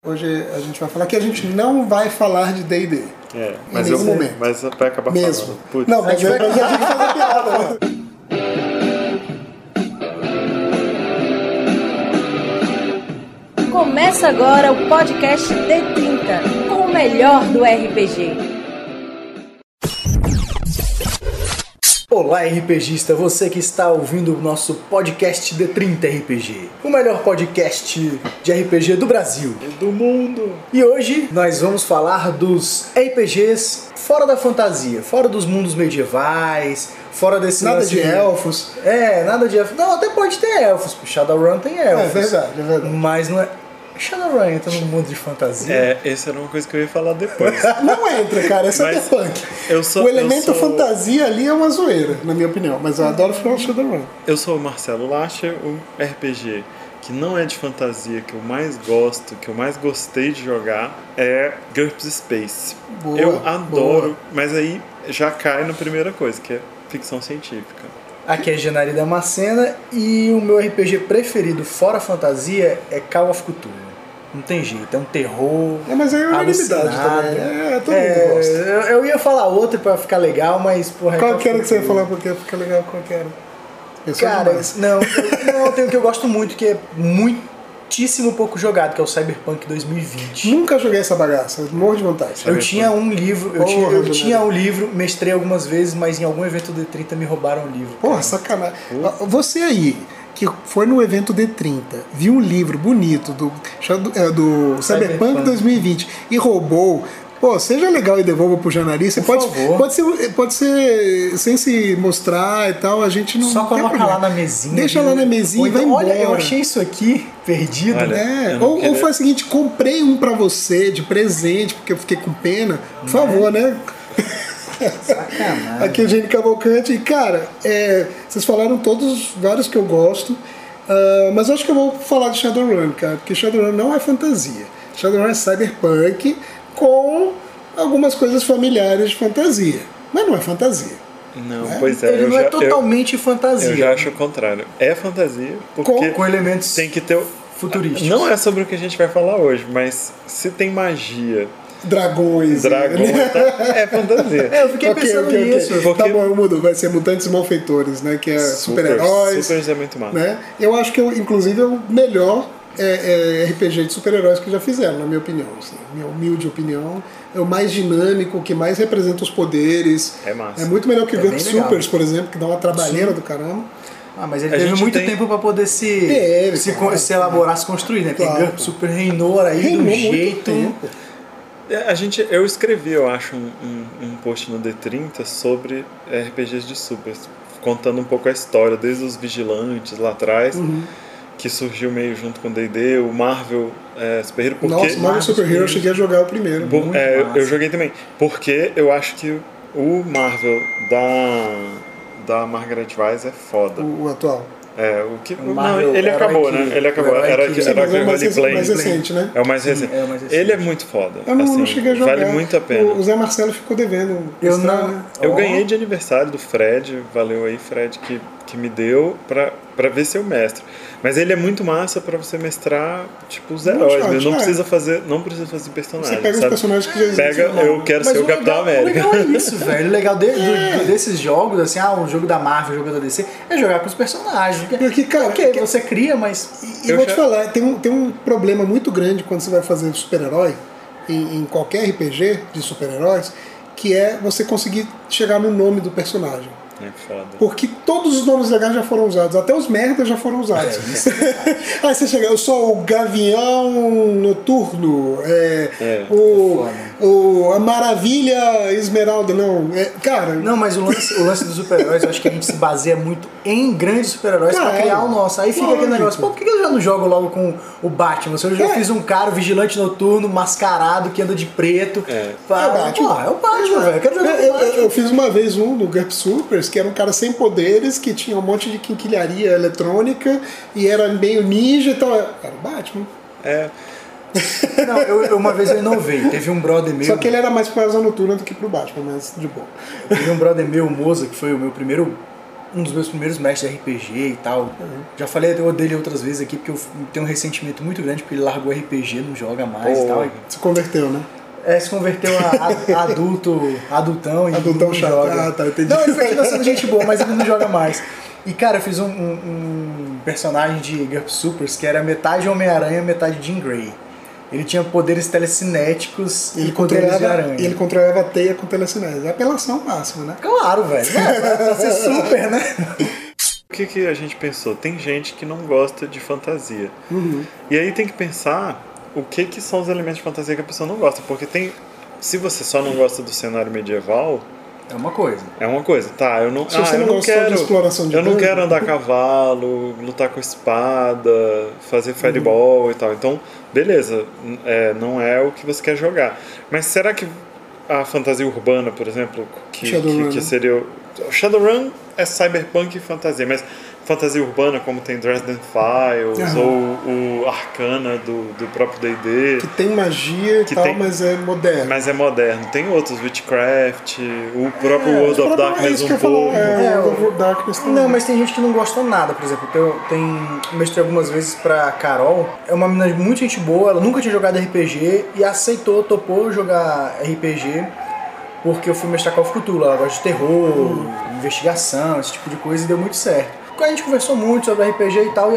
Hoje a gente vai falar que a gente não vai falar de D&D. Mas vai acabar mesmo. Falando. Não, mas a gente vai fazer piada. Começa agora o podcast D30, com o melhor do RPG. Olá, RPGista, você que está ouvindo o nosso podcast D30 RPG, o melhor podcast de RPG do Brasil e do mundo. E hoje nós vamos falar dos RPGs fora da fantasia, fora dos mundos medievais, fora desse nada de elfos. Nada de elfos. Não, até pode ter elfos, Shadowrun tem elfos. É verdade. Mas não é... Shadowrun entra no mundo de fantasia. Essa era uma coisa que eu ia falar depois. Não entra, cara, é cyberpunk. O elemento fantasia ali é uma zoeira, na minha opinião. Mas eu adoro falar Shadowrun. Eu sou o Marcelo Lacher, o RPG que não é de fantasia, que eu mais gosto, que eu mais gostei de jogar é GURPS Space. Boa, eu adoro, boa. mas aí já cai na primeira coisa, que é ficção científica. Aqui é Genari Damascena e o meu RPG preferido fora fantasia é Call of Cthulhu. Não tem jeito, é um terror. Mas aí é unanimidade também. Todo mundo gosta. Eu ia falar outro pra ficar legal, mas porra. Qual que era que você ia falar porque fica legal? Qual que era? Cara, não, tem um que eu gosto muito, que é muitíssimo pouco jogado, que é o Cyberpunk 2020. Nunca joguei essa bagaça, morro de vontade. Eu tinha um livro, eu tinha um livro, mestrei algumas vezes, mas em algum evento D30 me roubaram o livro. Porra, sacanagem. Você aí, que foi no evento D30, viu um livro bonito do Cyberpunk 2020 e roubou. Pô, seja legal e devolva pro Janari. Você pode ser sem se mostrar e tal. A gente não. Só coloca lá na mesinha. Deixa lá na mesinha e vai embora. Olha, eu achei isso aqui perdido. Ou faz o seguinte: comprei um pra você de presente, porque eu fiquei com pena. Por favor, né? Sacanagem. Aqui é o Eugênio Cavalcante. E, cara, vocês falaram vários que eu gosto. Mas eu acho que eu vou falar de Shadowrun, cara. Porque Shadowrun não é fantasia. Shadowrun é cyberpunk com algumas coisas familiares de fantasia. Mas não é fantasia. Não, pois é. Ele não é totalmente fantasia. Eu já acho o contrário. É fantasia porque com elementos tem que ter futurísticos. Não é sobre o que a gente vai falar hoje, mas se tem magia, dragões, é fantasia. Eu fiquei pensando nisso. Porque... Tá bom, eu mudo. Vai ser Mutantes e Malfeitores, né? Que é super-heróis. Super é muito massa. Né? Eu acho que, inclusive, é o melhor RPG de super-heróis que já fizeram, na minha opinião. Assim, minha humilde opinião. É o mais dinâmico, que mais representa os poderes. É massa. É muito melhor que GURPS Supers, por exemplo, que dá uma trabalheira do caramba. Mas ele teve muito tempo para poder se elaborar, se construir, né? Porque GURPS Super reinou aí do jeito. Eu escrevi, eu acho, um post no D30 sobre RPGs de Super, contando um pouco a história, desde os Vigilantes lá atrás, que surgiu meio junto com o D&D, o Marvel Super Hero. Nossa, Marvel Super Hero eu cheguei a jogar o primeiro. Eu joguei também, porque eu acho que o Marvel da Margaret Weiss é foda. O atual. Ele acabou, né? Ele acabou. Era o mais recente, né? É o mais recente. Ele é muito foda. Eu não cheguei a jogar. Vale muito a pena. O Zé Marcelo ficou devendo. Eu ganhei de aniversário do Fred. Valeu aí, Fred, que me deu pra ver seu mestre. Mas ele é muito massa pra você mestrar, tipo, os heróis. Não precisa fazer personagem. Você pega os personagens que já existem. Eu quero ser o Capitão América. O legal é isso, velho. O legal desses jogos, assim, o jogo da Marvel, o jogo da DC, é jogar com os personagens. Porque, cara, você cria, mas... E vou te falar, tem um problema muito grande quando você vai fazer super-herói, em qualquer RPG de super-heróis, que é você conseguir chegar no nome do personagem. É foda. Porque todos os nomes legais já foram usados, até os merdas já foram usados. Aí você chega, eu sou o Gavião Noturno, a Maravilha Esmeralda, cara... Não, mas o lance dos super-heróis, eu acho que a gente se baseia muito em grandes super-heróis pra criar o nosso. Aí fica aquele negócio, por que eu já não jogo logo com o Batman? Eu já fiz um cara, o vigilante noturno, mascarado, que anda de preto. É o Batman, velho. Eu fiz uma vez no GURPS Supers, que era um cara sem poderes, que tinha um monte de quinquilharia eletrônica, e era meio ninja e tal. Era o Batman. Não, uma vez eu inovei. Teve um brother meu... Só que ele era mais pro Asa Noturna do que pro Batman, mas de boa. Teve um brother meu, o Moza, que foi o meu primeiro um dos meus primeiros mestres de RPG e tal. Já falei dele outras vezes aqui, porque eu tenho um ressentimento muito grande porque ele largou RPG, não joga mais e tal. Se converteu, né? Se converteu a adultão e adultão não chato. joga. Tá, entendi. Não, ele continua sendo gente boa, mas ele não joga mais. E cara, eu fiz um personagem de GURPS Supers que era metade Homem-Aranha, metade Jean Grey. Ele tinha poderes telecinéticos e poderes de aranha. E ele controlava a teia com telecinese. É apelação máxima, né? Claro, velho. Pra ser super, né? O que a gente pensou? Tem gente que não gosta de fantasia. E aí tem que pensar o que são os elementos de fantasia que a pessoa não gosta. Porque se você só não gosta do cenário medieval... É uma coisa. É uma coisa, tá? Eu não, Se você não quero de exploração de eu não campo, quero andar a cavalo, lutar com espada, fazer fireball e tal. Então, beleza, não é o que você quer jogar. Mas será que a fantasia urbana, por exemplo, que seria o Shadowrun é cyberpunk e fantasia, mas fantasia urbana como tem Dresden Files ou o Arcana do próprio D&D, que tem magia e tal, mas é moderno. Mas é moderno. Tem outros, Witchcraft, o próprio World of Darkness um pouco. World of Darkness também. Não, mas tem gente que não gosta nada, por exemplo. Eu mestrei algumas vezes pra Carol, é uma menina muito gente boa, ela nunca tinha jogado RPG e topou jogar RPG porque eu fui mestrar Call of Cthulhu, ela gosta de terror, investigação, esse tipo de coisa, e deu muito certo. A gente conversou muito sobre RPG e tal, e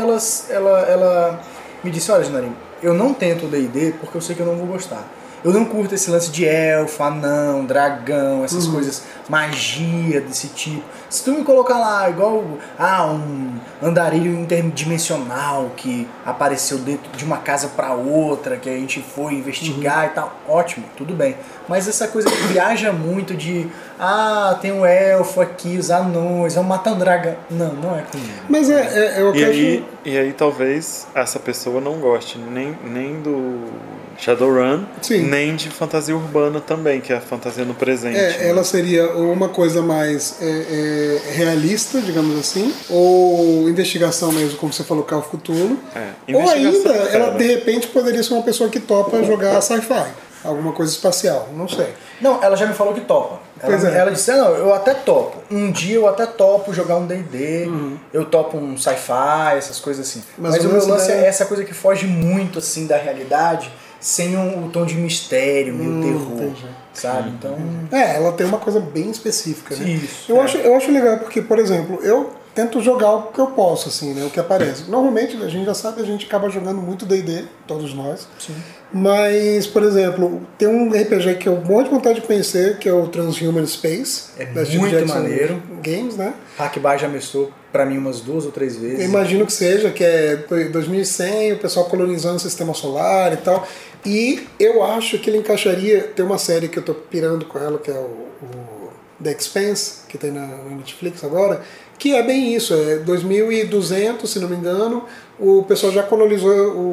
ela me disse, olha, Janarim, eu não tento D&D porque eu sei que eu não vou gostar. Eu não curto esse lance de elfo, anão, dragão, essas coisas, magia desse tipo. Se tu me colocar lá igual um andarilho interdimensional que apareceu dentro de uma casa pra outra, que a gente foi investigar e tal, ótimo, tudo bem. Mas essa coisa que viaja muito de tem um elfo aqui, os anões, vamos matar um dragão. Não é comigo. Mas é o que eu acho... E aí talvez essa pessoa não goste nem do Shadowrun, nem de fantasia urbana também, que é a fantasia no presente. Ela seria uma coisa mais realista, digamos assim, ou investigação mesmo, como você falou, Call of Cthulhu. Ou ainda, ela de repente poderia ser uma pessoa que topa jogar sci-fi. Alguma coisa espacial, não sei. Não, ela já me falou que topa. Ela disse, não, eu até topo. Um dia eu até topo jogar um D&D, eu topo um sci-fi, essas coisas assim. Mas o meu lance é essa coisa que foge muito assim da realidade, sem o tom de mistério, meio terror, sabe? Então... ela tem uma coisa bem específica, né? Isso. Eu acho legal porque, por exemplo, eu tento jogar o que eu posso, assim, né? O que aparece. Normalmente, a gente já sabe, a gente acaba jogando muito D&D, todos nós. Sim. Mas, por exemplo, tem um RPG que eu morro de vontade de conhecer, que é o Transhuman Space. É muito maneiro. Games, né? Hackbar já mestrou pra mim umas 2 ou 3 vezes. Eu imagino que seja, que é 2100, o pessoal colonizando o sistema solar e tal. E eu acho que ele encaixaria... Tem uma série que eu tô pirando com ela, que é o The Expanse, que tem na Netflix agora, que é bem isso, é 2200, se não me engano, o pessoal já colonizou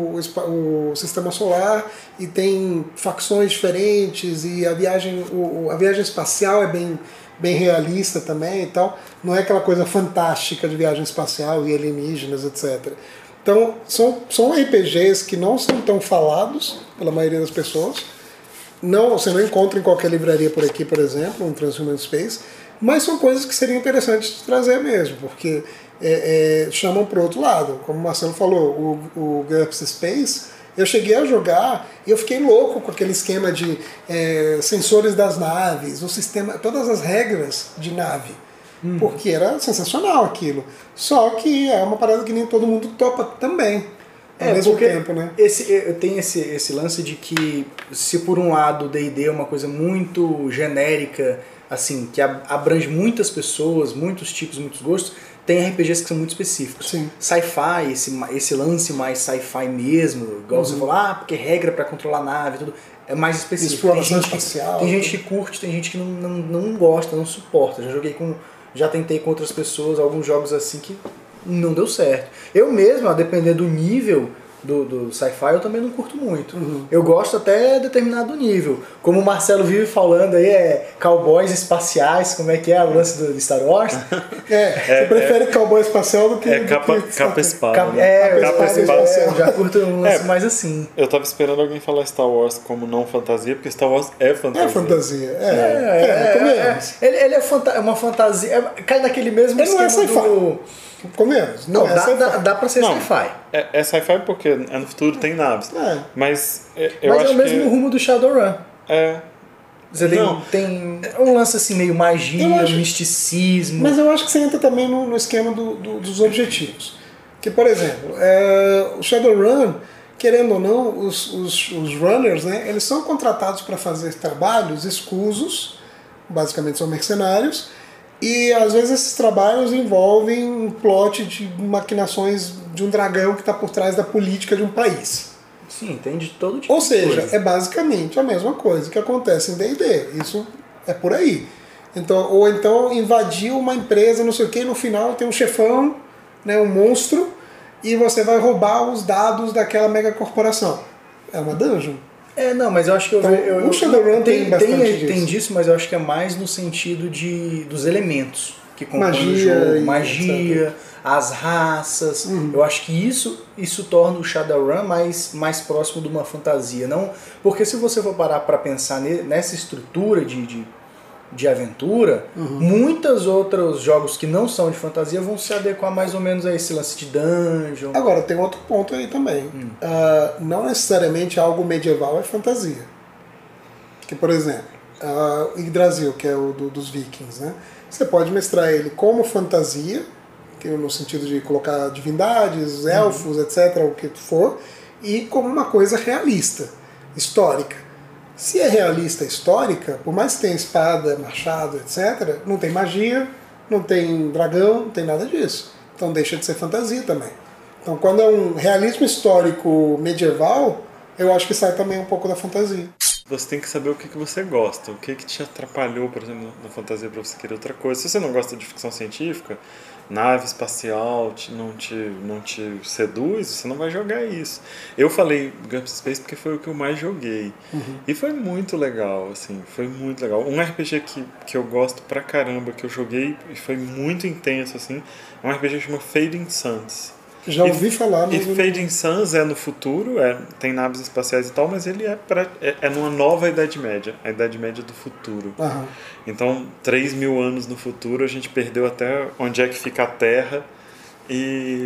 o sistema solar e tem facções diferentes e a viagem espacial é bem realista também e tal, não é aquela coisa fantástica de viagem espacial e alienígenas, etc. Então, são RPGs que não são tão falados pela maioria das pessoas. Você não encontra em qualquer livraria por aqui, por exemplo, um Transhuman Space, mas são coisas que seriam interessantes de trazer mesmo, porque chamam para o outro lado. Como o Marcelo falou, o GURPS Space, eu cheguei a jogar e eu fiquei louco com aquele esquema de sensores das naves, o sistema, todas as regras de nave. Porque era sensacional aquilo. Só que é uma parada que nem todo mundo topa também. Ao mesmo tempo, né? Tem esse lance de que, se por um lado o D&D é uma coisa muito genérica, assim, que abrange muitas pessoas, muitos tipos, muitos gostos, tem RPGs que são muito específicos. Sim. Sci-fi, esse lance mais sci-fi mesmo, igual você falou, porque regra pra controlar a nave, tudo, é mais específico. Exploração espacial. Tem gente que curte, tem gente que não gosta, não suporta. Já tentei com outras pessoas alguns jogos assim que não deu certo. Eu mesmo, a depender do nível, do sci-fi eu também não curto muito. Eu gosto até determinado nível. Como o Marcelo vive falando aí, cowboys espaciais, como é que é o lance do Star Wars? Você prefere cowboy espacial do que... capa espada. Capa espacial. Eu já curto um lance mais assim. Eu tava esperando alguém falar Star Wars como não fantasia, porque Star Wars é fantasia. É fantasia, Ele é uma fantasia, cai naquele mesmo ele esquema não é sci-fi. Comemos. Não, dá pra ser sci-fi. É sci-fi porque é no futuro, tem naves. Mas eu Mas acho é o mesmo rumo do Shadowrun. Você tem um lance assim, meio magia, misticismo. Mas eu acho que você entra também no esquema dos objetivos. Que, por exemplo, o Shadowrun, querendo ou não, os runners, né, eles são contratados para fazer trabalhos escusos, basicamente são mercenários, e às vezes esses trabalhos envolvem um plot de maquinações de um dragão que está por trás da política de um país. Sim, tem de todo tipo. Ou seja, é basicamente a mesma coisa que acontece em D&D. Isso é por aí. Então, ou então invadir uma empresa, não sei o que, e no final tem um chefão, né, um monstro, e você vai roubar os dados daquela mega corporação. É uma dungeon. Não, mas eu acho que o Shadowrun tem bastante tem disso, mas eu acho que é mais no sentido dos elementos que compõem o jogo. Magia, as raças. Eu acho que isso torna o Shadowrun mais próximo de uma fantasia. Não, porque se você for parar para pensar nessa estrutura de aventura, muitos outros jogos que não são de fantasia vão se adequar mais ou menos a esse lance de dungeon. Agora, tem outro ponto aí também. Não necessariamente algo medieval é fantasia. Que, por exemplo, Yggdrasil, que é o dos vikings, né? Você pode mestrar ele como fantasia, no sentido de colocar divindades, elfos, etc., o que for, e como uma coisa realista, histórica. Se é realista histórica, por mais que tenha espada, machado, etc., não tem magia, não tem dragão, não tem nada disso. Então deixa de ser fantasia também. Então quando é um realismo histórico medieval, eu acho que sai também um pouco da fantasia. Você tem que saber o que você gosta, o que te atrapalhou, por exemplo, na fantasia para você querer outra coisa. Se você não gosta de ficção científica, nave espacial não te seduz, você não vai jogar isso. Eu falei GURPS Space porque foi o que eu mais joguei. E foi muito legal, assim, foi muito legal. Um RPG que eu gosto pra caramba, que eu joguei e foi muito intenso, assim, é um RPG que chama Fading Suns. Já ouvi falar, mas... E Fading Suns é no futuro, tem naves espaciais e tal, mas ele é numa nova Idade Média, a Idade Média do futuro. Então, 3.000 anos no futuro, a gente perdeu até onde é que fica a Terra, e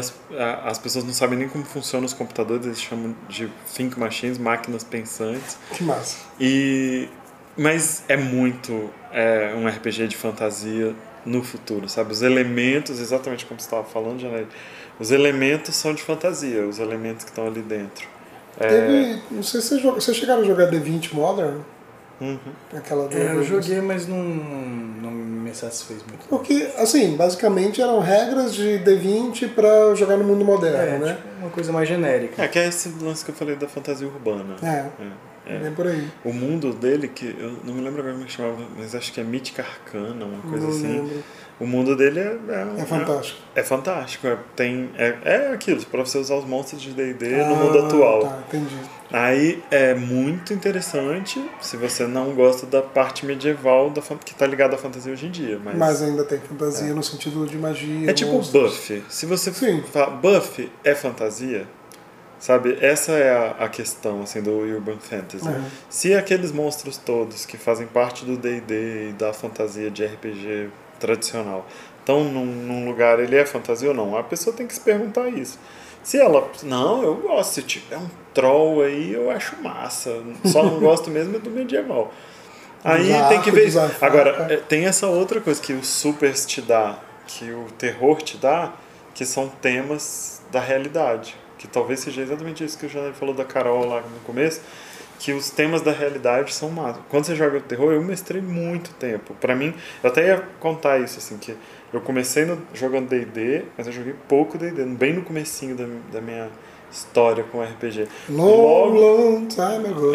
as pessoas não sabem nem como funcionam os computadores, eles chamam de think machines, máquinas pensantes. Que massa. Mas é muito um RPG de fantasia no futuro, sabe? Os elementos, exatamente como você estava falando, Janelle, os elementos são de fantasia, os elementos que estão ali dentro. Não sei se vocês chegaram a jogar D20 Modern? Aquela eu joguei, mas não me satisfez muito. Porque, assim, basicamente eram regras de D20 para jogar no mundo moderno, né? Tipo uma coisa mais genérica. Que é esse lance que eu falei da fantasia urbana. É por aí. O mundo dele, que eu não me lembro agora como chamava, mas acho que é Mítica Arcana, uma coisa assim. Lembro. O mundo dele é fantástico. É fantástico. É aquilo, para você usar os monstros de D&D no mundo atual. Tá, entendi. Aí é muito interessante se você não gosta da parte medieval que está ligada à fantasia hoje em dia. Mas ainda tem fantasia no sentido de magia. É tipo Buffy. Se você fala, Buffy é fantasia, sabe? Essa é a questão assim, do Urban Fantasy. Se aqueles monstros todos que fazem parte do D&D e da fantasia de RPG tradicional estão num lugar, ele é fantasia ou não? A pessoa tem que se perguntar isso. Se ela, não, eu gosto, se tiver um troll aí, eu acho massa. Só não gosto mesmo do medieval. Aí tem que ver isso. Agora, tem essa outra coisa que o Supers te dá, que o terror te dá, que são temas da realidade. Que talvez seja exatamente isso que o Janelle falou da Carol lá no começo, que os temas da realidade são massa. Quando você joga o terror, eu mestrei muito tempo. Pra mim, eu até ia contar isso, assim, que eu comecei jogando D&D, mas eu joguei pouco D&D, bem no comecinho da minha história com RPG. Long time ago.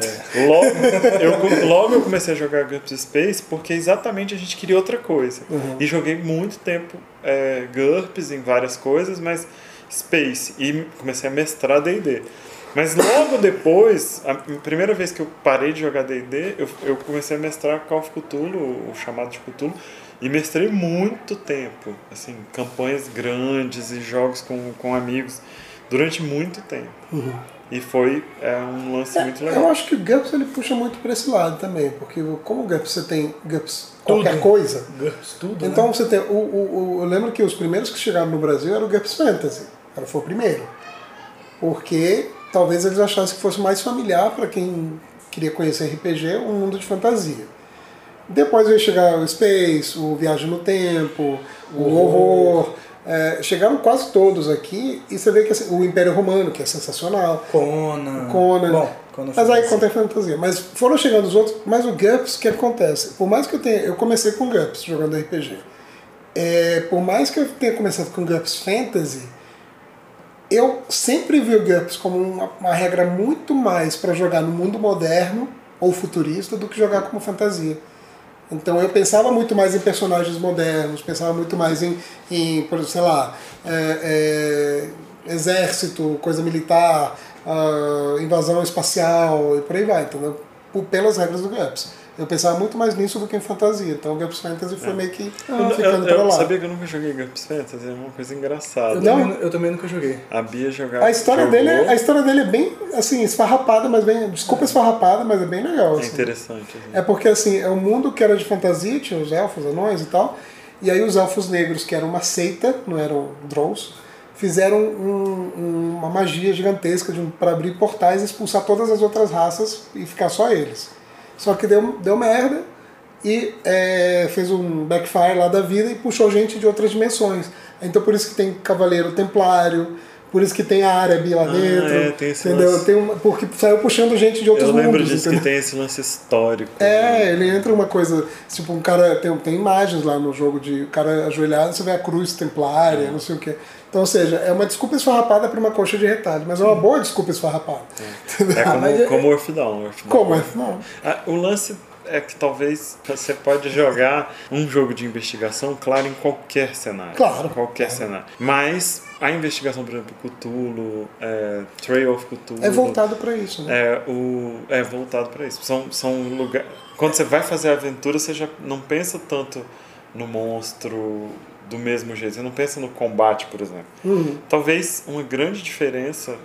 Logo eu comecei a jogar GURPS Space porque exatamente a gente queria outra coisa. E joguei muito tempo GURPS em várias coisas, mas Space e comecei a mestrar D&D. Mas logo depois, a primeira vez que eu parei de jogar D&D, eu comecei a mestrar Call of Cthulhu, o chamado de Cthulhu, e mestrei muito tempo, assim, campanhas grandes e jogos com amigos durante muito tempo. E foi um lance muito legal. Eu acho que o GURPS ele puxa muito para esse lado também, porque como o GURPS você tem GURPS qualquer coisa, GURPS tudo, então né? você tem eu lembro que os primeiros que chegaram no Brasil era o GURPS Fantasy, foi o primeiro, porque talvez eles achassem que fosse mais familiar para quem queria conhecer RPG, um mundo de fantasia. Depois veio chegar o Space, o Viagem no Tempo, o Horror. Chegaram quase todos aqui e você vê que assim, o Império Romano, que é sensacional. Conan. Bom, mas aí conta fantasia. Mas foram chegando os outros. Mas o GURPS, o que acontece? Por mais que eu comecei com GURPS jogando RPG. Por mais que eu tenha começado com GURPS Fantasy, eu sempre vi o GURPS como uma regra muito mais para jogar no mundo moderno ou futurista do que jogar como fantasia. Então eu pensava muito mais em personagens modernos, pensava muito mais em por exemplo, sei lá, exército, coisa militar, invasão espacial e por aí vai, entendeu? Pelas regras do GURPS. Eu pensava muito mais nisso do que em fantasia, então o GURPS Fantasy foi meio que ficando pra lá. Eu sabia que eu nunca joguei GURPS Fantasy, é uma coisa engraçada. Eu também nunca joguei. A Bia jogava. A história dele é bem, assim, esfarrapada, mas bem... Desculpa esfarrapada, mas é bem legal. Assim. É interessante. Assim. É porque, assim, é um mundo que era de fantasia, tinha os elfos, anões e tal, e aí os elfos negros, que eram uma seita, não eram Drolls, fizeram uma magia gigantesca para abrir portais e expulsar todas as outras raças e ficar só eles. Só que deu merda e fez um backfire lá da vida e puxou gente de outras dimensões. Então por isso que tem Cavaleiro Templário, por isso que tem a árabe lá dentro, tem esse entendeu? lance. Porque saiu puxando gente de outros mundos. Eu lembro disso, entendeu? que tem esse lance histórico. Ele entra uma coisa, tipo um cara, tem imagens lá no jogo de o cara ajoelhado, você vê a cruz templária, não sei o quê. Então, ou seja, é uma desculpa esfarrapada para uma coxa de retalho, mas é uma boa desculpa esfarrapada. Como o Earthdawn. Como Earthdawn? O lance é que talvez você pode jogar um jogo de investigação, claro, em qualquer cenário. Claro. Qualquer cenário. Mas a investigação, por exemplo, Cthulhu, Trail of Cthulhu... É voltado para isso, né? É voltado para isso. São lugares... Quando você vai fazer a aventura, você já não pensa tanto no monstro do mesmo jeito. Você não pensa no combate, por exemplo. Talvez uma grande diferença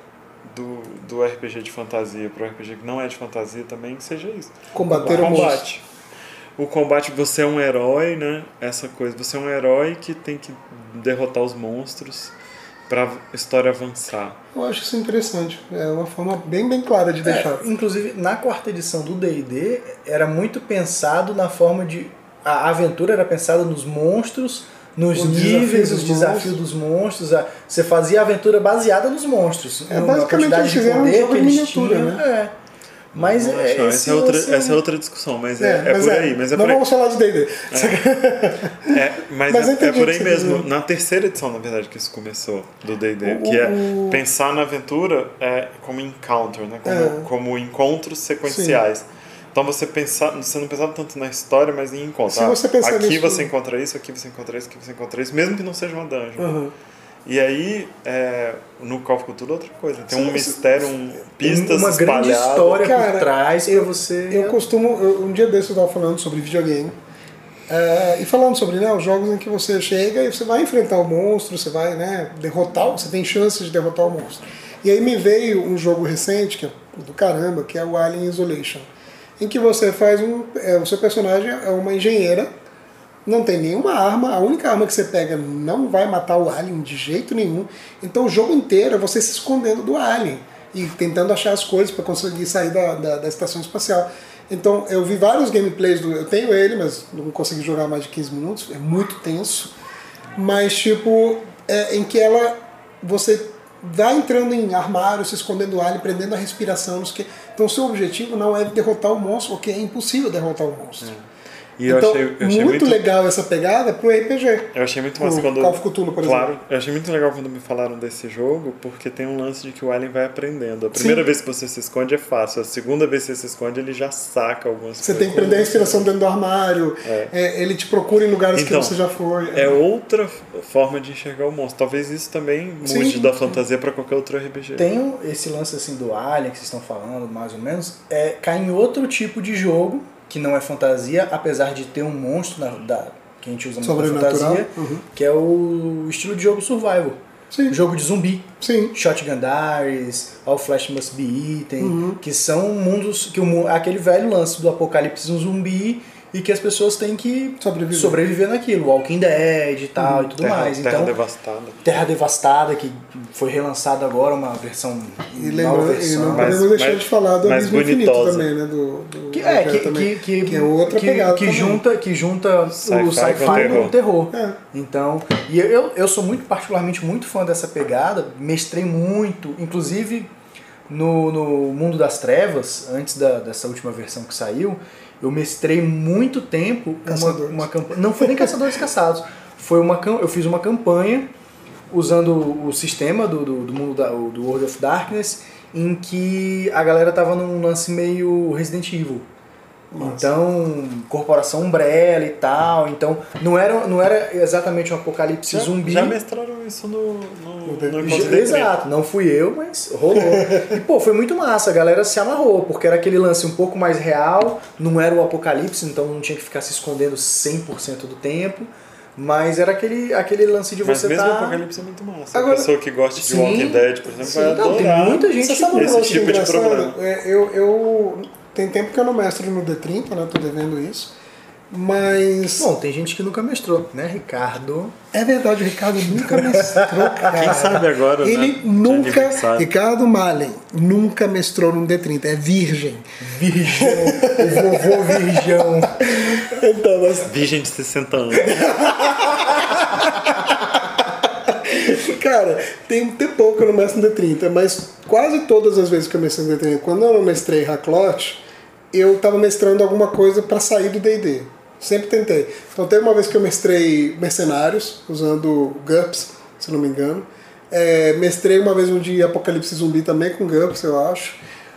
do RPG de fantasia para o RPG que não é de fantasia também seja isso. Combater o combate. O combate, você é um herói, né? Essa coisa. Você é um herói que tem que derrotar os monstros para a história avançar. Eu acho isso interessante. É uma forma bem clara de deixar. Inclusive, na quarta edição do D&D, era muito pensado na forma de... A aventura era pensada nos monstros, nos níveis, os desafios dos monstros. Você fazia a aventura baseada nos monstros. Basicamente eles fizeram um jogo de miniatura, né? Mas essa é outra discussão, mas é por aí. Mas não vamos falar de D&D. Mas é por aí mesmo. Na terceira edição, na verdade, que isso começou do D&D, que é pensar na aventura como encounter, né? Como encontros sequenciais. Sim. Então você não pensava tanto na história, mas em encontro. Se você pensar aqui nisso, você encontra isso, aqui você encontra isso, aqui você encontra isso, mesmo que não seja uma dungeon. E aí, no Call of Cthulhu é outra coisa. Tem um mistério, pistas uma espalhadas. Grande história por trás pra você... Eu costumo... um dia desses eu estava falando sobre videogame. E falando sobre os jogos em que você chega e você vai enfrentar o monstro, você vai derrotar, você tem chances de derrotar o monstro. E aí me veio um jogo recente, que é do caramba, que é o Alien Isolation. Em que você faz o seu personagem é uma engenheira, não tem nenhuma arma, a única arma que você pega não vai matar o alien de jeito nenhum. Então o jogo inteiro é você se escondendo do alien e tentando achar as coisas para conseguir sair da estação espacial. Então eu vi vários gameplays, eu tenho ele, mas não consegui jogar mais de 15 minutos, é muito tenso. Mas em que você vai entrando em armário, se escondendo do alien, prendendo a respiração, não sei o quê. Então o seu objetivo não é derrotar o monstro, porque é impossível derrotar o monstro. E então, eu achei muito legal essa pegada pro RPG. Eu achei muito massa quando... Call of Cthulhu, por exemplo. Eu achei muito legal quando me falaram desse jogo, porque tem um lance de que o alien vai aprendendo. A primeira vez que você se esconde é fácil, a segunda vez que você se esconde ele já saca algumas coisas. Você tem que prender a inspiração dentro do armário, ele te procura em lugares que você já foi. É outra forma de enxergar o monstro. Talvez isso também mude da fantasia para qualquer outro RPG. Tem esse lance assim do alien que vocês estão falando, mais ou menos, cai em outro tipo de jogo, que não é fantasia, apesar de ter um monstro que a gente usa muito na fantasia, que é o estilo de jogo survival. Sim. Jogo de zumbi. Sim. Shotgun Diaries, All Flesh Must Be Eaten, que são mundos, aquele velho lance do apocalipse zumbi e que as pessoas têm que sobreviver naquilo. Walking Dead e tal e tudo mais. Terra Devastada. Terra Devastada, que foi relançada agora, uma versão. E não podemos deixar de falar do Abismo Infinito também, né? Que é outra pegada. Que junta o sci-fi com o terror. Então, e eu sou particularmente muito fã dessa pegada, mestrei muito, inclusive no Mundo das Trevas, antes dessa última versão que saiu. Eu mestrei muito tempo uma campanha. Não foi nem Caçadores Caçados. Eu fiz uma campanha usando o sistema do mundo do World of Darkness, em que a galera tava num lance meio Resident Evil. Nossa. Então, Corporação Umbrella e tal. Então, não era exatamente um apocalipse zumbi. Já mestraram isso no Exato, não fui eu, mas rolou. E foi muito massa, a galera se amarrou, porque era aquele lance um pouco mais real, não era o apocalipse, então não tinha que ficar se escondendo 100% do tempo. Mas era aquele lance de você mesmo o apocalipse é muito massa. Agora, a pessoa que gosta de Walking Dead, por exemplo, vai adorar. Tem muita gente que sabe esse tipo de programa. Tem tempo que eu não mestro no D30, né? Tô devendo isso. Mas... Bom, tem gente que nunca mestrou, né, Ricardo? É verdade, o Ricardo nunca mestrou, cara. Quem sabe agora, ele nunca... Ricardo Malen nunca mestrou no D30, é virgem. Virgão, o vovô virgão. Então, mas... Virgem de 60 anos. Cara, tem um tempão que eu não mestro no D30, mas quase todas as vezes que eu mestrei no D30, quando eu não mestrei Hacklot, eu tava mestrando alguma coisa pra sair do D&D. Sempre tentei. Então teve uma vez que eu mestrei Mercenários, usando GURPS, se não me engano. Mestrei uma vez um de Apocalipse Zumbi também com GURPS, eu acho.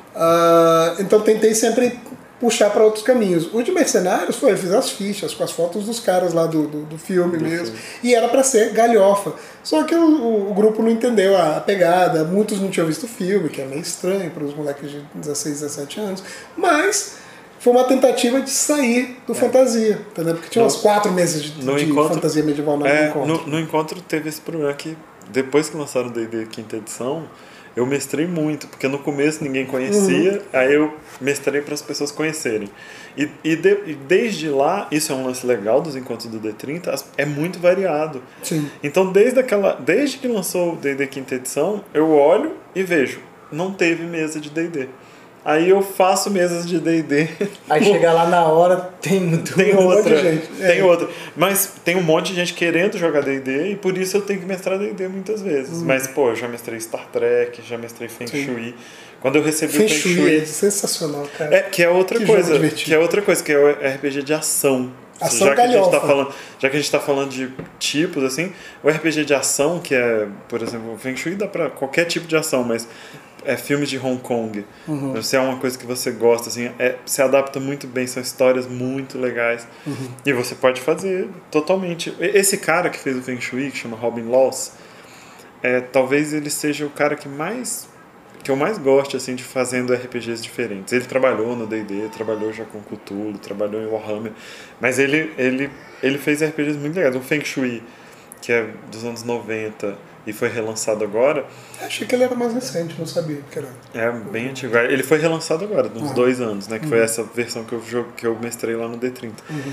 Então tentei sempre puxar para outros caminhos. O de Mercenários eu fiz as fichas com as fotos dos caras lá do filme mesmo. E era para ser galhofa. Só que o grupo não entendeu a pegada. Muitos não tinham visto o filme, que é meio estranho para os moleques de 16, 17 anos. Mas foi uma tentativa de sair do fantasia, entendeu? Porque tinha uns 4 meses de fantasia medieval no encontro. No encontro teve esse problema que depois que lançaram o D&D quinta edição, eu mestrei muito, porque no começo ninguém conhecia, aí eu mestrei para as pessoas conhecerem. E desde lá, isso é um lance legal dos encontros do D30, é muito variado. Sim. Então desde que lançou o D&D quinta edição, eu olho e vejo, não teve mesa de D&D. Aí eu faço mesas de D&D. Aí chega lá na hora, tem outra. Gente. Tem outra. Mas tem um monte de gente querendo jogar D&D e por isso eu tenho que mestrar D&D muitas vezes. Mas, eu já mestrei Star Trek, já mestrei Feng Shui. Quando eu recebi o Feng Shui... é sensacional, cara. Que é outra coisa. Que é outra coisa, que é o RPG de ação. Já que a gente tá falando de tipos, assim, o RPG de ação, que é, por exemplo, o Feng Shui dá pra qualquer tipo de ação, mas... filmes de Hong Kong, se é uma coisa que você gosta, assim, se adapta muito bem, são histórias muito legais, e você pode fazer totalmente. Esse cara que fez o Feng Shui, que chama Robin Laws, talvez ele seja o cara que eu mais gosto, assim, de fazendo RPGs diferentes. Ele trabalhou no D&D, trabalhou já com Cthulhu, trabalhou em Warhammer, mas ele fez RPGs muito legais. O Feng Shui, que é dos anos 90 e foi relançado agora. Achei que ele era mais recente, não sabia que era. É bem antigo. Ele foi relançado agora, uns 2 anos, né? Que foi essa versão que eu mestrei lá no D30.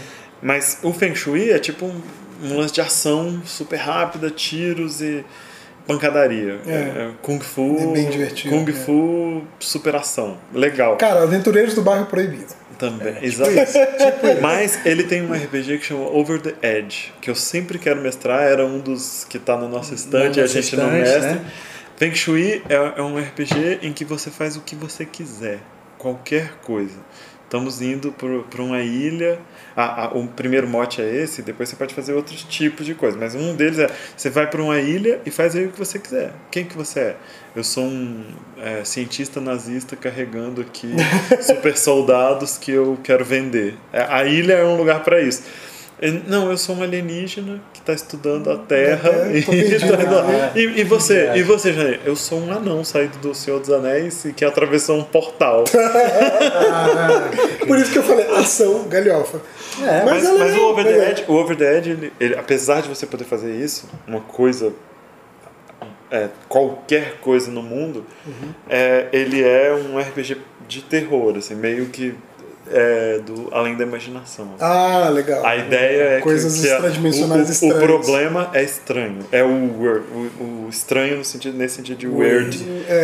Mas o Feng Shui é tipo um lance de ação super rápida, tiros e pancadaria. Kung Fu. É bem divertido. Kung Fu, superação. Legal. Cara, Aventureiros do Bairro Proibido. Também, exato. Mas ele tem um RPG que chama Over the Edge, que eu sempre quero mestrar, era um dos que tá na nossa estante e a gente não mestra. Né? Feng Shui é um RPG em que você faz o que você quiser. qualquer coisa. Estamos indo para uma ilha. O primeiro mote é esse, depois você pode fazer outros tipos de coisa. Mas um deles é, você vai para uma ilha e faz aí o que você quiser. Quem que você é? Eu sou um cientista nazista carregando aqui super soldados que eu quero vender. A ilha é um lugar para isso. Não, eu sou um alienígena que está estudando a Terra. E você? E você, Jair? Eu sou um anão saído do Senhor dos Anéis e que atravessou um portal. Por isso que eu falei, ação galhofa. Mas o Over the Edge, ele, apesar de você poder fazer isso, uma coisa, qualquer coisa no mundo, ele é um RPG de terror, assim, meio que além da imaginação. Ah, legal. A ideia é coisas extradimensionais estranhas. O problema é estranho. É o estranho nesse sentido de weird.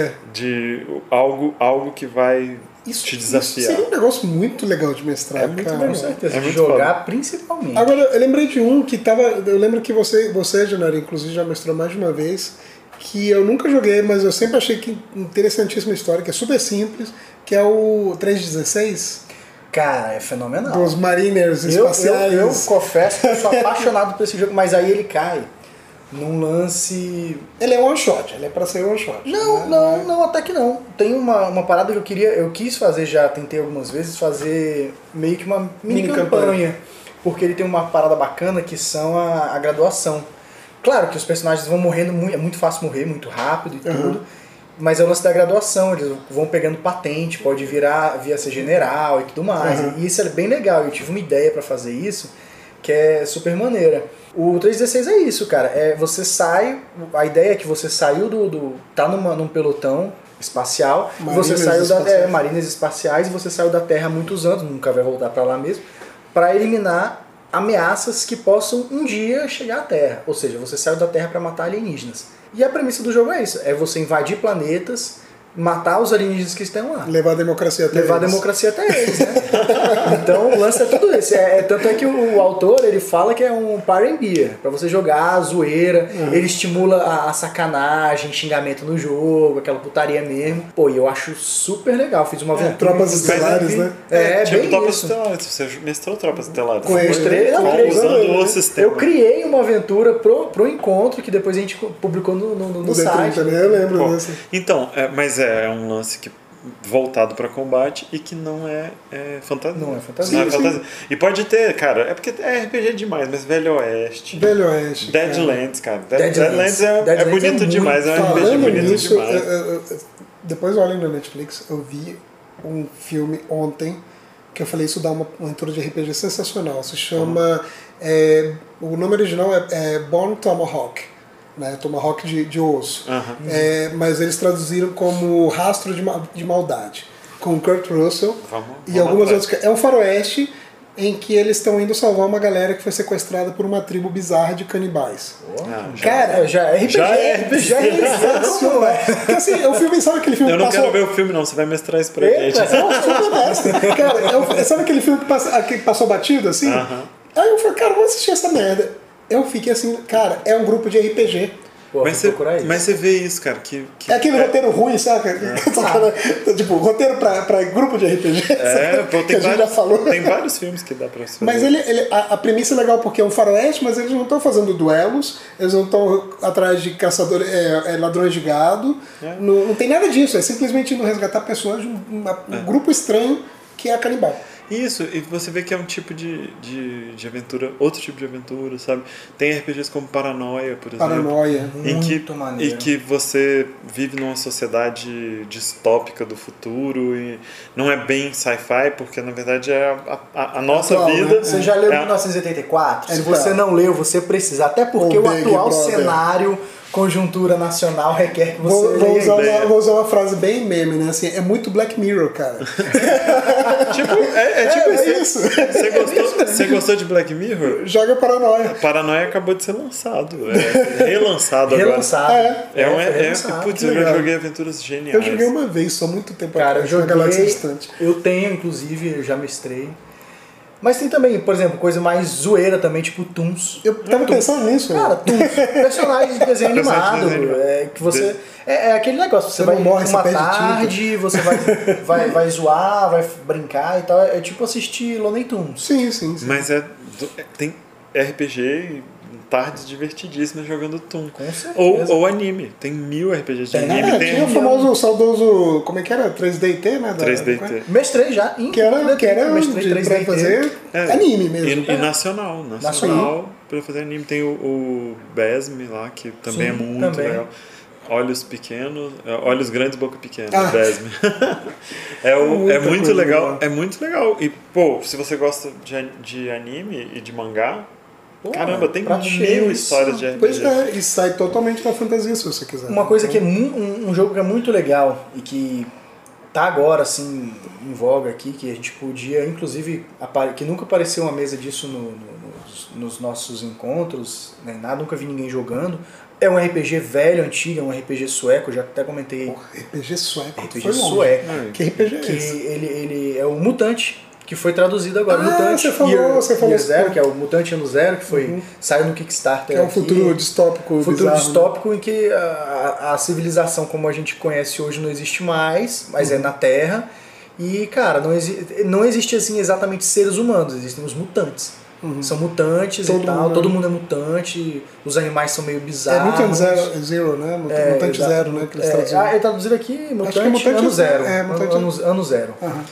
De algo que vai te desafiar. Isso seria um negócio muito legal de mestrar, muito cara. bom, com certeza. De jogar foda. Principalmente. Agora, eu lembrei de um que tava... Eu lembro que você Janari, inclusive já mestrou mais de uma vez, que eu nunca joguei, mas eu sempre achei que interessantíssima história, que é super simples, que é o 316. Cara, é fenomenal. Dos Mariners espaciais. Eu confesso que eu sou apaixonado por esse jogo, mas aí ele cai num lance... Ele é one shot, ele é pra ser one shot. Não, até que não. Tem uma parada que eu quis fazer já, tentei algumas vezes, fazer meio que uma mini campanha. Porque ele tem uma parada bacana que são a graduação. Claro que os personagens vão morrendo, é muito fácil morrer, muito rápido e tudo. Mas é o lance da graduação, eles vão pegando patente, pode via ser general e tudo mais. E isso é bem legal, eu tive uma ideia pra fazer isso, que é super maneira. O 316 é isso, cara, você sai, a ideia é que você saiu tá num pelotão espacial, você saiu Marinhas espaciais, e você saiu da Terra há muitos anos, nunca vai voltar pra lá mesmo, pra eliminar ameaças que possam um dia chegar à Terra. Ou seja, você saiu da Terra pra matar alienígenas. E a premissa do jogo é isso, é você invadir planetas, matar os alienígenas que estão lá. Levar a democracia até eles. Né? Então o lance é tudo isso. Tanto é que o autor ele fala que é um party and beer, pra você jogar a zoeira, ele estimula a sacanagem, xingamento no jogo, aquela putaria mesmo. Pô, e eu acho super legal, fiz uma aventura. Tropas Estelares, né? Tipo Tropas Estelares, você mestrou Tropas Estelares. Usando o sistema. Eu criei uma aventura pro encontro que depois a gente publicou no site. Né? Eu lembro dessa. Então, mas é um lance que voltado para combate e que não é fantasia. Não é fantasia. Não é fantasia. E pode ter, cara, é porque é RPG demais, mas Velho Oeste. Deadlands, cara. Deadlands é bonito demais, é um RPG bonito demais. Depois olhem na Netflix, eu vi um filme ontem que eu falei, isso dá uma aventura de RPG sensacional. Se chama... o nome original é Bone Tomahawk. Né, Tomahawk de osso. Mas eles traduziram como Rastro de Maldade, com Kurt Russell e algumas outras. É um faroeste em que eles estão indo salvar uma galera que foi sequestrada por uma tribo bizarra de canibais. Cara, já é RPG. Já é sensacional. Porque assim, o filme, sabe aquele filme que não quero ver o filme não, você vai mestrar isso pra gente. Cara, sabe aquele filme que passou batido assim? Aí eu falei, cara, vamos assistir essa merda. Eu fiquei assim, cara, é um grupo de RPG. Pô, mas você vê isso, cara. É aquele roteiro ruim, sabe? Tipo, roteiro pra grupo de RPG. Tem vários filmes que dá pra assistir. Mas a premissa é legal porque é um faroeste, mas eles não estão fazendo duelos, eles não estão atrás de caçadores, ladrões de gado. Não tem nada disso, é simplesmente indo resgatar pessoas de um grupo estranho que é canibal. Isso, e você vê que é um tipo de aventura, outro tipo de aventura, sabe? Tem RPGs como Paranoia, por exemplo. Paranoia, muito maneiro. E que você vive numa sociedade distópica do futuro e não é bem sci-fi, porque na verdade é a nossa vida. Né? Você já leu 1984? Se você não leu, você precisa. Até porque o atual cenário, conjuntura nacional requer que você vou usar uma frase bem meme, né? Assim, é muito Black Mirror, cara. Isso. Você gostou de Black Mirror? Joga Paranoia. Paranoia acabou de ser lançado. Relançado agora. Putz, eu já joguei aventuras geniais. Eu joguei uma vez, só muito tempo atrás. Cara, eu joguei. Galáxia Distante. Eu tenho, inclusive, eu já mestrei. Mas tem também, por exemplo, coisa mais zoeira também, tipo Toons. Eu tava pensando nisso. Cara, Toons, personagens de desenho animado. Que você... É aquele negócio, você vai morre, uma tarde, você vai zoar, vai brincar e tal. É tipo assistir Looney Tunes. Sim. Mas tem RPG e tardes divertidíssimas jogando Toon. Com certeza. Ou anime. Tem 1000 RPGs de anime. Tinha o famoso, saudoso, como é que era? 3DT, né? 3DT. Mestrei já. Que era mestrei 3DT. Pra fazer anime mesmo. E nacional pra fazer anime. Tem o Besme lá, que também é muito legal. Olhos pequenos, olhos grandes, boca pequena, Besme. É muito legal, é muito legal. E, pô, se você gosta de anime e de mangá, caramba, tem 1000 histórias de RPG. Pois é, e sai totalmente da fantasia, se você quiser. Uma coisa que é um jogo que é muito legal e que tá agora, assim, em voga aqui, que a gente podia, inclusive, que nunca apareceu uma mesa disso nos nossos encontros, nem nada, nunca vi ninguém jogando. É um RPG velho, antigo, é um RPG sueco, já até comentei. RPG sueco? RPG sueco. Que RPG é esse? Que ele é o Mutante, que foi traduzido agora. Mutante você falou Zero, que é o Mutante Ano Zero, que foi saiu no Kickstarter. Que é um futuro distópico. Futuro bizarro, distópico, né? Em que a civilização como a gente conhece hoje não existe mais, mas é na Terra. E, cara, não existe assim exatamente seres humanos, existem os mutantes. São mutantes e tal, todo mundo é mutante, os animais são meio bizarros. É Mutant Zero, né? Mutante Zero, né? Que eles traduziram. Ele traduzido aqui, Mutante Ano Zero. Ano Zero.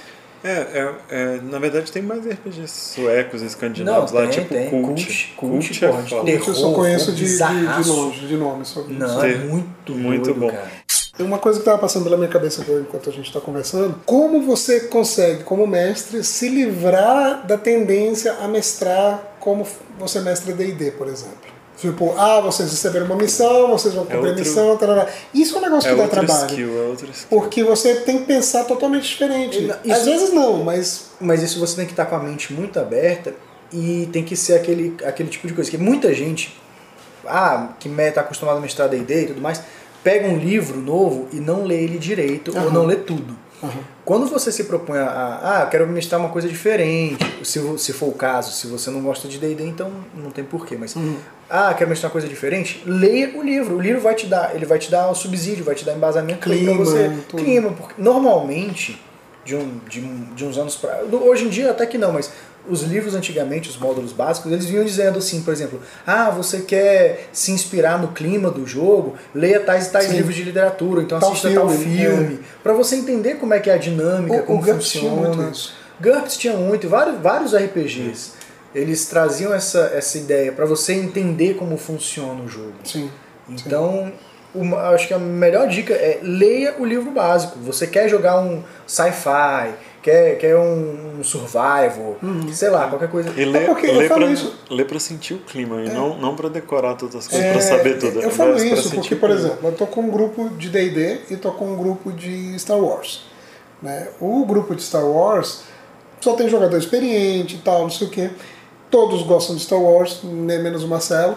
Na verdade tem mais RPGs suecos e escandinavos lá, tipo Cult é foda. Eu só conheço de longe, de nome. Não, é muito bom. Cara. Tem uma coisa que estava passando pela minha cabeça agora enquanto a gente está conversando. Como você consegue, como mestre, se livrar da tendência a mestrar como você mestra D&D, por exemplo? Tipo, vocês receberam uma missão, vocês vão cumprir a missão, tarará. Isso é um negócio que dá trabalho. É outro skill. Porque você tem que pensar totalmente diferente. Às vezes não, mas... Mas isso você tem que estar com a mente muito aberta e tem que ser aquele tipo de coisa. Que muita gente, que está acostumada a mestrar D&D e tudo mais, pega um livro novo e não lê ele direito ou não lê tudo. Quando você se propõe eu quero mestrar uma coisa diferente, se for o caso, se você não gosta de D&D, então não tem porquê, mas quero mestrar uma coisa diferente, leia o livro. O livro vai te dar o subsídio, vai te dar embasamento para você. Clima, porque normalmente, de uns anos pra... Hoje em dia até que não, mas os livros antigamente, os módulos básicos, eles vinham dizendo assim, por exemplo, você quer se inspirar no clima do jogo, leia tais e tais livros de literatura, então assista tal filme, para você entender como é que é a dinâmica, como funciona. GURPS tinha muito, vários RPGs, eles traziam essa ideia para você entender como funciona o jogo. Então, acho que a melhor dica é leia o livro básico. Você quer jogar um sci-fi, quer um survival, sei lá, qualquer coisa. E lê pra sentir o clima, e não pra decorar todas as coisas, pra saber tudo. Eu falo isso porque, por exemplo, eu tô com um grupo de D&D e tô com um grupo de Star Wars. Né? O grupo de Star Wars só tem jogador experiente e tal, não sei o quê. Todos gostam de Star Wars, nem menos o Marcelo.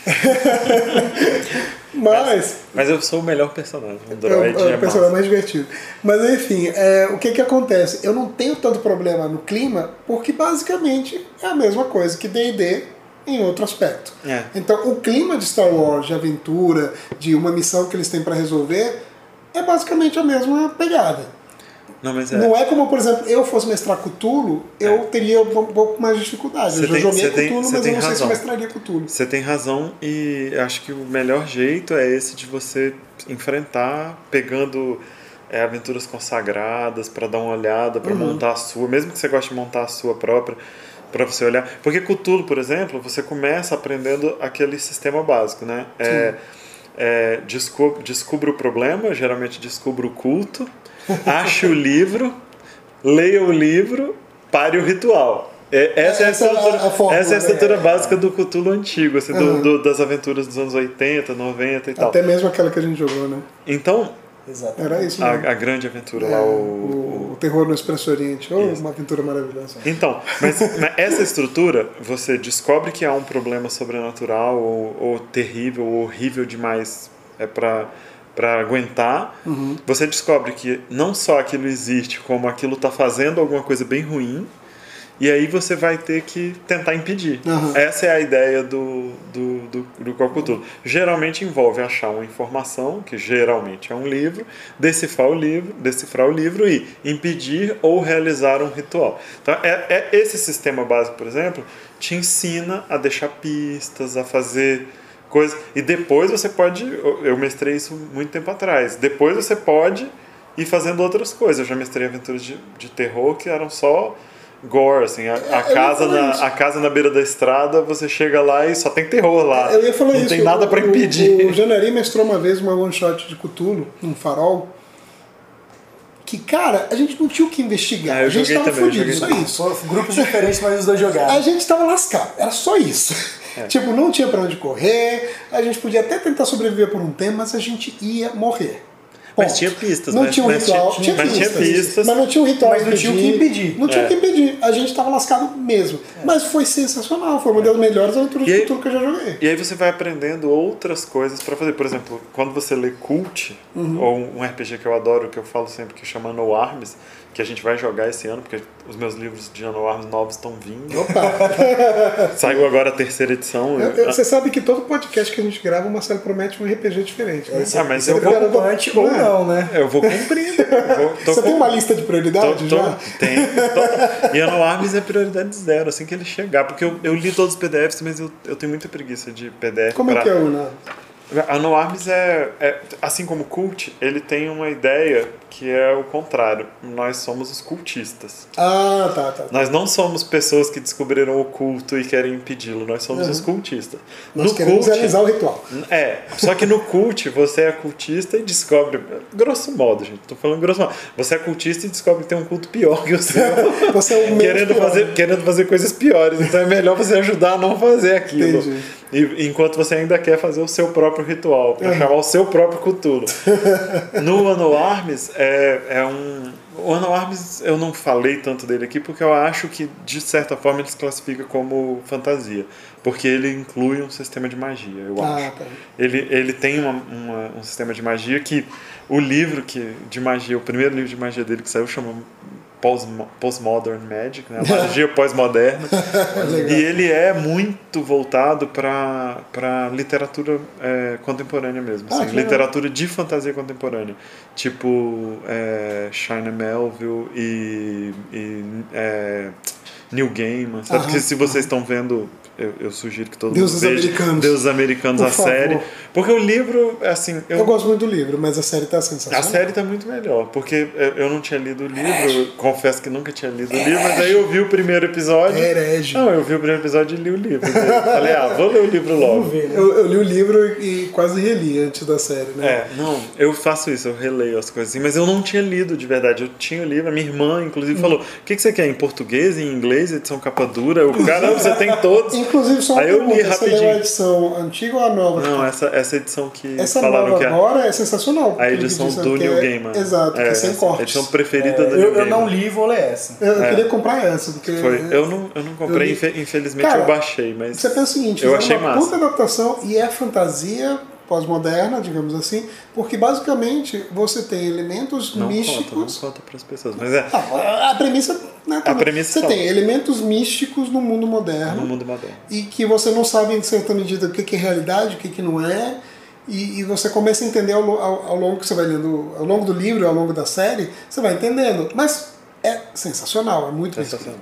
Mas eu sou o melhor personagem. O droid é o personagem mais divertido. Mas enfim, o que acontece? Eu não tenho tanto problema no clima, porque basicamente é a mesma coisa que D&D em outro aspecto. Então o clima de Star Wars, de aventura, de uma missão que eles têm para resolver, é basicamente a mesma pegada. Não é como, por exemplo, eu fosse mestrar Cthulhu, eu teria um pouco mais de dificuldade. Eu já joguei Cthulhu, mas eu não sei se mestraria Cthulhu. Você tem razão, e acho que o melhor jeito é esse de você enfrentar pegando aventuras consagradas para dar uma olhada, para montar a sua, mesmo que você goste de montar a sua própria, para você olhar. Porque Cthulhu, por exemplo, você começa aprendendo aquele sistema básico, né? Descubra o problema, geralmente descubra o culto, ache o livro, leia o livro, pare o ritual. Essa é a estrutura básica do Cthulhu antigo, assim, das aventuras dos anos 80, 90 e tal. Até mesmo aquela que a gente jogou, né? Então, era isso mesmo. A grande aventura lá, o Terror no Expresso Oriente, uma aventura maravilhosa. Então, mas essa estrutura, você descobre que há um problema sobrenatural ou terrível, ou horrível demais para aguentar. Você descobre que não só aquilo existe, como aquilo está fazendo alguma coisa bem ruim, e aí você vai ter que tentar impedir. Essa é a ideia do Call of Cthulhu. Geralmente envolve achar uma informação, que geralmente é um livro, decifrar o livro e impedir ou realizar um ritual. Então, esse sistema básico, por exemplo, te ensina a deixar pistas, a fazer coisas. E depois você pode... Eu mestrei isso muito tempo atrás. Depois você pode ir fazendo outras coisas. Eu já mestrei aventuras de terror que eram só gore, assim. A casa na beira da estrada, você chega lá e só tem terror lá. Eu ia falar não isso. Tem nada pra impedir. O Janari mestrou uma vez uma one-shot de Cthulhu, num farol, que, cara, a gente não tinha o que investigar. Eu a gente joguei tava também, fudido, só isso. Grupos diferentes, mas os dois jogaram. A gente tava lascado, era só isso. Tipo, não tinha pra onde correr, a gente podia até tentar sobreviver por um tempo, mas a gente ia morrer. Mas tinha pistas, não tinha um ritual, tinha pistas, mas não tinha um ritual. Mas não tinha o que impedir. Não tinha o que impedir. A gente tava lascado mesmo. Mas foi sensacional, foi uma das melhores aventuras de Cthulhu que eu já joguei. E aí você vai aprendendo outras coisas pra fazer. Por exemplo, quando você lê Cult, ou um RPG que eu adoro, que eu falo sempre, que chama No Arms, que a gente vai jogar esse ano, porque os meus livros de No Arms novos estão vindo. Opa! Saiu agora a 3ª edição. Você sabe que todo podcast que a gente grava, o Marcelo promete um RPG diferente. Né? Mas eu vou antes ou não, né? Eu vou cumprindo. Você tem uma lista de prioridades já? Tem. E a No Arms é prioridade 0, assim que ele chegar. Porque eu li todos os PDFs, mas eu tenho muita preguiça de PDF. Como é que é o Ana? A No Arms assim como o Cult, ele tem uma ideia que é o contrário. Nós somos os cultistas. Ah, tá. Nós não somos pessoas que descobriram o culto e querem impedi-lo. Nós somos os cultistas. Nós queremos realizar o ritual. Só que no Cult você é cultista e descobre... Grosso modo, gente. Tô falando grosso modo. Você é cultista e descobre que tem um culto pior que o seu. Você é o querendo fazer coisas piores. Então é melhor você ajudar a não fazer aquilo. Entendi. Enquanto você ainda quer fazer o seu próprio ritual, para chamar o seu próprio Cthulhu. No No Arms o No Arms eu não falei tanto dele aqui porque eu acho que de certa forma ele se classifica como fantasia, porque ele inclui um sistema de magia, eu acho. Tá. Ele tem um sistema de magia que o livro de magia, o primeiro livro de magia dele que saiu chama Postmodern Magic, né? A magia pós-moderna. E ele é muito voltado para literatura contemporânea mesmo, assim, literatura de fantasia contemporânea, tipo China Melville e Neil Gaiman, sabe? Porque se vocês estão vendo, eu sugiro que todo mundo veja Deuses Americanos, a série, porque o livro, assim... Eu gosto muito do livro, mas a série tá sensacional. A série tá muito melhor, porque eu não tinha lido o livro, confesso que nunca tinha lido o livro, mas aí eu vi o primeiro episódio. Não, eu vi o primeiro episódio e li o livro. Falei, vou ler o livro logo. Eu li o livro e quase reli antes da série, né? Não, eu faço isso, eu releio as coisas assim, mas eu não tinha lido de verdade. Eu tinha o livro, a minha irmã, inclusive, falou: o que você quer? Em português, em inglês, edição capa dura? Você tem todos. Inclusive, só uma pergunta, você leu a edição antiga ou a nova? Não, essa edição que essa falaram nova que agora é sensacional. A edição do Neil Gaiman. Exato, que é sem cortes. A edição preferida do Neil Gaiman. Eu não li e vou ler essa. Eu queria comprar essa. Porque eu não comprei, infelizmente. Cara, eu baixei, mas você pensa o seguinte, eu achei uma puta adaptação e é fantasia pós-moderna, digamos assim, porque basicamente você tem elementos místicos. Não conta para as pessoas, mas a premissa, né, você tem elementos místicos no mundo moderno. E que você não sabe em certa medida o que é realidade, o que não é. E você começa a entender ao longo que você vai lendo, ao longo do livro, ao longo da série, você vai entendendo. Mas é sensacional, é muito sensacional.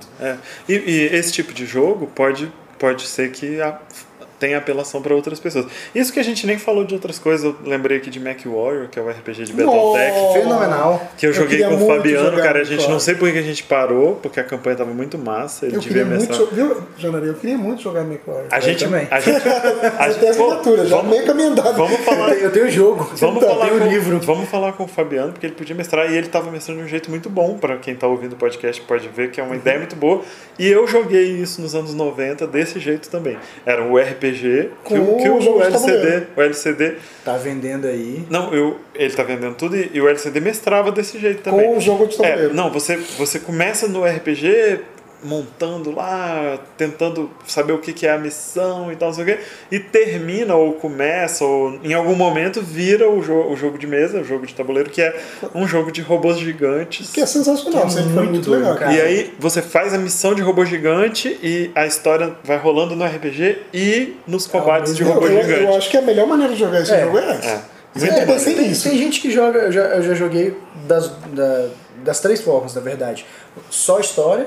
E esse tipo de jogo pode ser que tem apelação para outras pessoas. Isso que a gente nem falou de outras coisas, eu lembrei aqui de MechWarrior, que é o RPG de Battletech. Fenomenal. Que eu joguei com o Fabiano, cara, a gente não sei por que a gente parou, porque a campanha estava muito massa, ele devia mestrar. Viu, Janari, eu queria muito jogar MechWarrior. A gente também. A gente tem assinatura, já meio caminho andado. Vamos falar. Eu tenho o jogo. Vamos falar com o livro. Vamos falar com o Fabiano, porque ele podia mestrar, e ele estava mestrando de um jeito muito bom, para quem está ouvindo o podcast pode ver que é uma ideia muito boa. E eu joguei isso nos anos 90 desse jeito também. Era um RPG que o LCD tá vendendo aí. Não, ele tá vendendo tudo e o LCD mestrava desse jeito também. Com o jogo de tabuleiro. Não, você começa no RPG montando lá, tentando saber o que é a missão e tal, não sei o quê, e termina ou começa, ou em algum momento vira o jogo de mesa, o jogo de tabuleiro, que é um jogo de robôs gigantes. Que é sensacional, sempre foi muito legal, cara. E aí você faz a missão de robô gigante e a história vai rolando no RPG e nos combates de robô gigante. Eu acho que a melhor maneira de jogar esse jogo é essa. Tem gente que joga, eu já joguei das 3 formas, na verdade. Só história,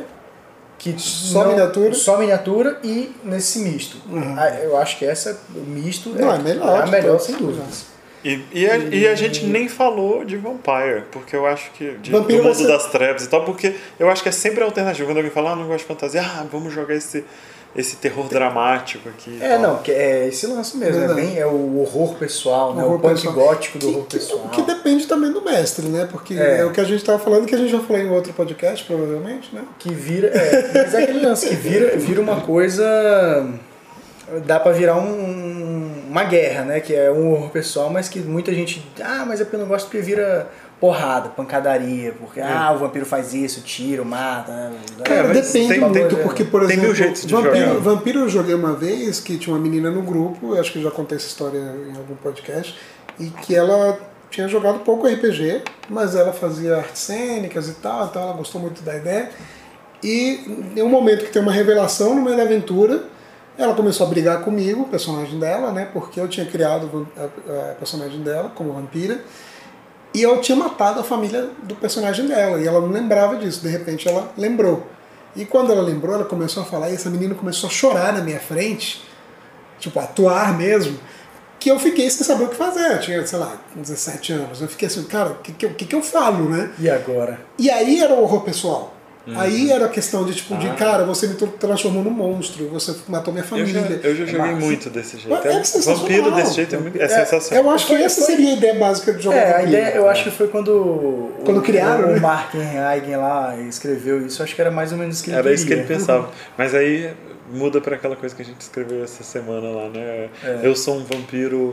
só miniatura e nesse misto. Eu acho que o misto é a melhor sem dúvida. E a gente nem falou de Vampire, porque eu acho que do mundo das trevas e tal, porque eu acho que é sempre a alternativa. Quando alguém fala, não gosto de fantasia, vamos jogar esse terror dramático aqui. Que é esse lance mesmo, é o horror pessoal, né? O punk gótico do horror pessoal. Que depende também do mestre, né? Porque é o que a gente estava falando, que a gente já falou em outro podcast, provavelmente, né? Que vira. Mas é aquele lance que vira uma coisa. Dá pra virar uma guerra, né? Que é um horror pessoal, mas que muita gente. Mas é porque eu não gosto porque vira porrada, pancadaria, porque o vampiro faz isso, tira, mata. Depende muito, porque, por exemplo, tem mil jeitos de jogar. Vampiro eu joguei uma vez que tinha uma menina no grupo, eu acho que já contei essa história em algum podcast, e que ela tinha jogado pouco RPG, mas ela fazia artes cênicas e tal, então ela gostou muito da ideia. E em um momento que tem uma revelação no meio da aventura, ela começou a brigar comigo, o personagem dela, né? Porque eu tinha criado a personagem dela como vampira. E eu tinha matado a família do personagem dela. E ela não lembrava disso. De repente ela lembrou. E quando ela lembrou, ela começou a falar. E essa menina começou a chorar na minha frente. Tipo, atuar mesmo. Que eu fiquei sem saber o que fazer. Eu tinha, sei lá, 17 anos. Eu fiquei assim, cara, o que eu falo, né? E agora? E aí era o horror pessoal. Aí era a questão de, tipo, cara, você me transformou num monstro, você matou minha família. Eu já joguei muito desse jeito. Vampiro desse jeito é sensacional. Eu acho que essa seria a ideia básica de jogar vampiro. A ideia, eu acho que foi quando criaram, o Mark Eigen lá escreveu isso, acho que era mais ou menos isso que ele queria. Era isso que ele pensava. Mas aí muda para aquela coisa que a gente escreveu essa semana lá, né? Eu sou um vampiro...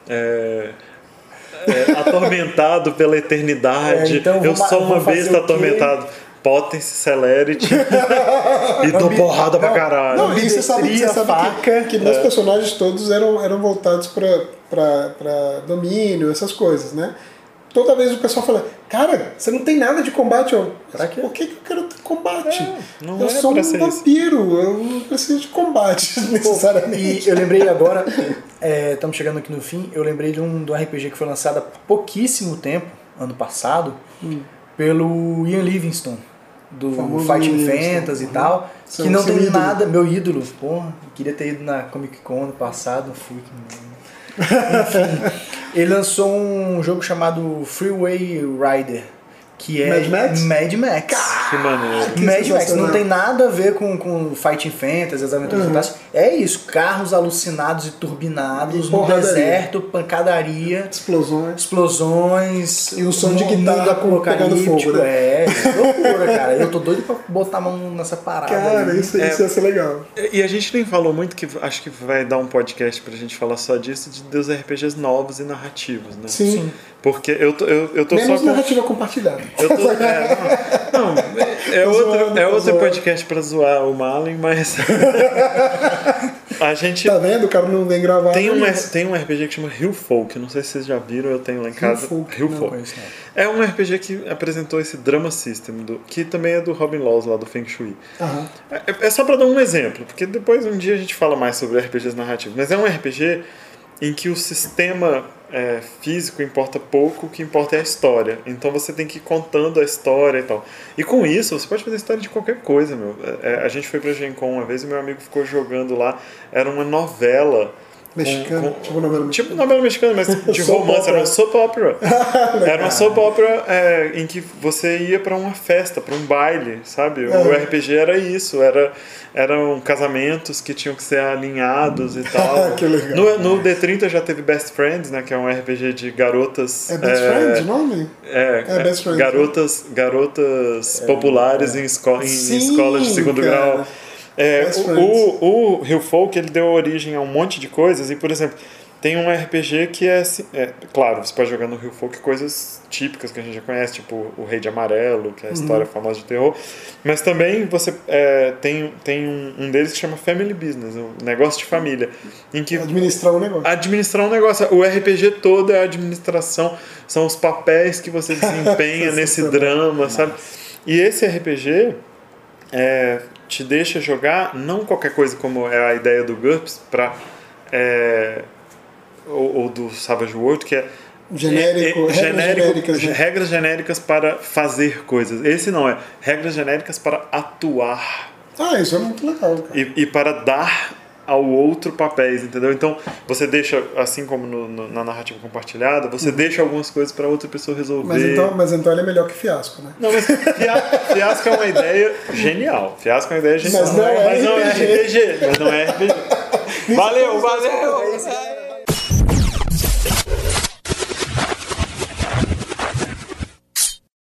atormentado pela eternidade. Então eu sou uma besta atormentado. Potency, Celerity e dou porrada pra caralho. Não, e você sabe que meus personagens todos eram voltados pra domínio, essas coisas, né? Toda vez o pessoal fala, cara, você não tem nada de combate. Por que eu quero ter combate? Eu sou um vampiro, eu não preciso de combate necessariamente. E eu lembrei agora, estamos chegando aqui no fim, eu lembrei de um RPG que foi lançado há pouquíssimo tempo, ano passado, pelo Ian Livingstone, do Fighting Fantasy e tal, que não tem nada, meu ídolo, queria ter ido na Comic Con ano passado, não fui. Enfim, ele lançou um jogo chamado Freeway Rider, que é Mad Max. Que maneiro. Mad Max não tem nada a ver com Fighting Fantasy, as aventuras fantásticas. É isso, carros alucinados e turbinados no deserto, pancadaria, explosões e o som de guitarra pegando fogo, né? Loucura, cara. Eu tô doido pra botar a mão nessa parada. Cara, isso ia ser legal. E a gente nem falou muito, que acho que vai dar um podcast pra gente falar só disso, dos RPGs novos e narrativos, né? Sim. Porque eu tô menos só narrativa compartilhada. É outro podcast pra zoar o Malin, mas a gente... Tá vendo? O cara não vem gravar. Tem um RPG que chama Hillfolk, não sei se vocês já viram, eu tenho lá em casa. Hillfolk. É um RPG que apresentou esse Drama System, que também é do Robin Laws, lá do Feng Shui. É só pra dar um exemplo, porque depois um dia a gente fala mais sobre RPGs narrativos, mas é um RPG em que o sistema físico importa pouco, o que importa é a história. Então você tem que ir contando a história e tal. E com isso, você pode fazer história de qualquer coisa, meu. A gente foi pra Gen Con uma vez e meu amigo ficou jogando lá. Era uma novela mexicana, tipo novela mexicana, mas de romance, era uma soap opera. Era uma soap opera em que você ia pra uma festa, pra um baile, sabe? O RPG era isso, eram casamentos que tinham que ser alinhados e tal. Que legal. No D30 já teve Best Friends, né? Que é um RPG de garotas. É Best Friends o nome? Best Friends. Garotas populares em escolas de segundo grau. O Hillfolk, ele deu origem a um monte de coisas e, por exemplo, tem um RPG que claro, você pode jogar no Rio Folk coisas típicas que a gente já conhece, tipo o Rei de Amarelo, que é a história famosa de terror, mas também você tem um deles que chama Family Business, um negócio de família, em que administrar um negócio. O RPG todo é a administração, são os papéis que você desempenha nesse drama, sabe? E esse RPG te deixa jogar não qualquer coisa como é a ideia do GURPS ou do Savage World, que é regras genéricas para fazer coisas. Esse não é regras genéricas para atuar. Isso é muito legal, cara. E para dar ao outro papéis, entendeu? Então você deixa, assim como na narrativa compartilhada, você deixa algumas coisas para outra pessoa resolver. Mas então ele é melhor que Fiasco, né? Não, mas Fiasco é uma ideia genial. Mas não é RPG. Valeu!